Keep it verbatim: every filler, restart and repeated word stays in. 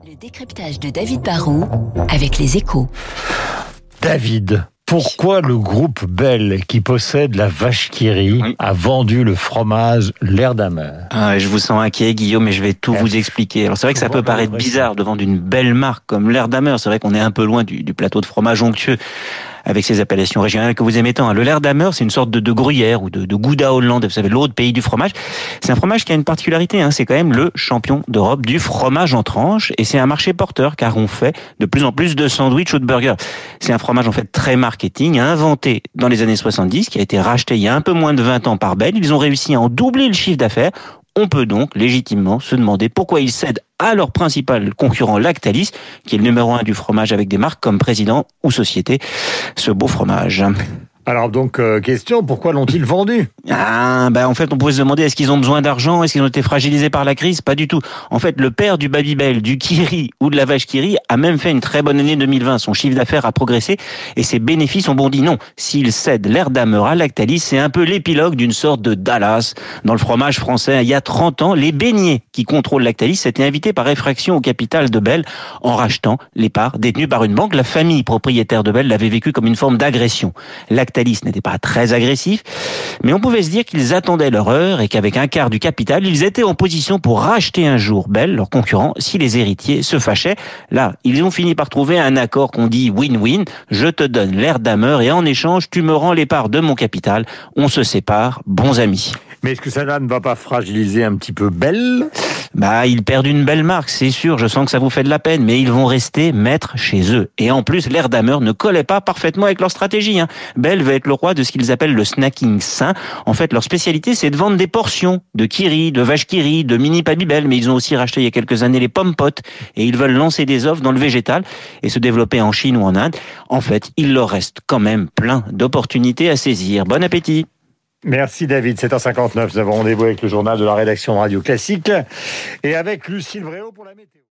Le décryptage de David Barrault avec Les Échos. David, pourquoi le groupe Bell, qui possède la vache qui rit, Oui. a vendu le fromage L'Erdammer? Ah, je vous sens inquiet, Guillaume, mais je vais tout Eh, vous expliquer. Alors c'est vrai que ça vois peut paraître malheureusement. bizarre de vendre une belle marque comme L'Erdammer. C'est vrai qu'on est un peu loin du, du plateau de fromage onctueux avec ces appellations régionales que vous aimez tant. Le L'Erdammer, c'est une sorte de, de gruyère ou de, de gouda hollandais. Vous savez, l'autre pays du fromage. C'est un fromage qui a une particularité. Hein, c'est quand même le champion d'Europe du fromage en tranche. Et c'est un marché porteur car on fait de plus en plus de sandwichs ou de burgers. C'est un fromage en fait très marketing, inventé dans les années soixante-dix, qui a été racheté il y a un peu moins de vingt ans par Bell. Ils ont réussi à en doubler le chiffre d'affaires. On peut donc légitimement se demander pourquoi ils cèdent à leur principal concurrent Lactalis, qui est le numéro un du fromage avec des marques comme Président ou Société, ce beau fromage. Alors donc, euh, question, pourquoi l'ont-ils vendu? Ah, ben en fait, on pouvait se demander est-ce qu'ils ont besoin d'argent, est-ce qu'ils ont été fragilisés par la crise? Pas du tout. En fait, le père du Babybel, du Kiri ou de la vache Kiri a même fait une très bonne année deux mille vingt. Son chiffre d'affaires a progressé et ses bénéfices ont bondi. Non, s'il cède L'Erdammer à Lactalis, c'est un peu l'épilogue d'une sorte de Dallas dans le fromage français. Il y a trente ans, les beignets qui contrôlent Lactalis s'étaient invités par effraction au capital de Bell en rachetant les parts détenues par une banque. La famille propriétaire de Bell l'avait vécu comme une forme d'agression. Lactalis n'était pas très agressif, mais on pouvait se dire qu'ils attendaient leur heure et qu'avec un quart du capital, ils étaient en position pour racheter un jour Bell, leur concurrent, si les héritiers se fâchaient. Là, ils ont fini par trouver un accord qu'on dit win-win. Je te donne L'Erdammer et en échange, tu me rends les parts de mon capital. On se sépare, bons amis. Mais est-ce que cela ne va pas fragiliser un petit peu Bell? Bah, ils perdent une belle marque, c'est sûr, je sens que ça vous fait de la peine, mais ils vont rester maîtres chez eux. Et en plus, L'Erdammer ne collait pas parfaitement avec leur stratégie. Hein. Bell va être le roi de ce qu'ils appellent le snacking sain. En fait, leur spécialité, c'est de vendre des portions de Kiri, de vache Kiri, de mini Babybel, mais ils ont aussi racheté il y a quelques années les pommes potes et ils veulent lancer des offres dans le végétal et se développer en Chine ou en Inde. En fait, il leur reste quand même plein d'opportunités à saisir. Bon appétit! Merci David, sept heures cinquante-neuf, nous avons rendez-vous avec le journal de la rédaction Radio Classique et avec Lucille Vréau pour la météo.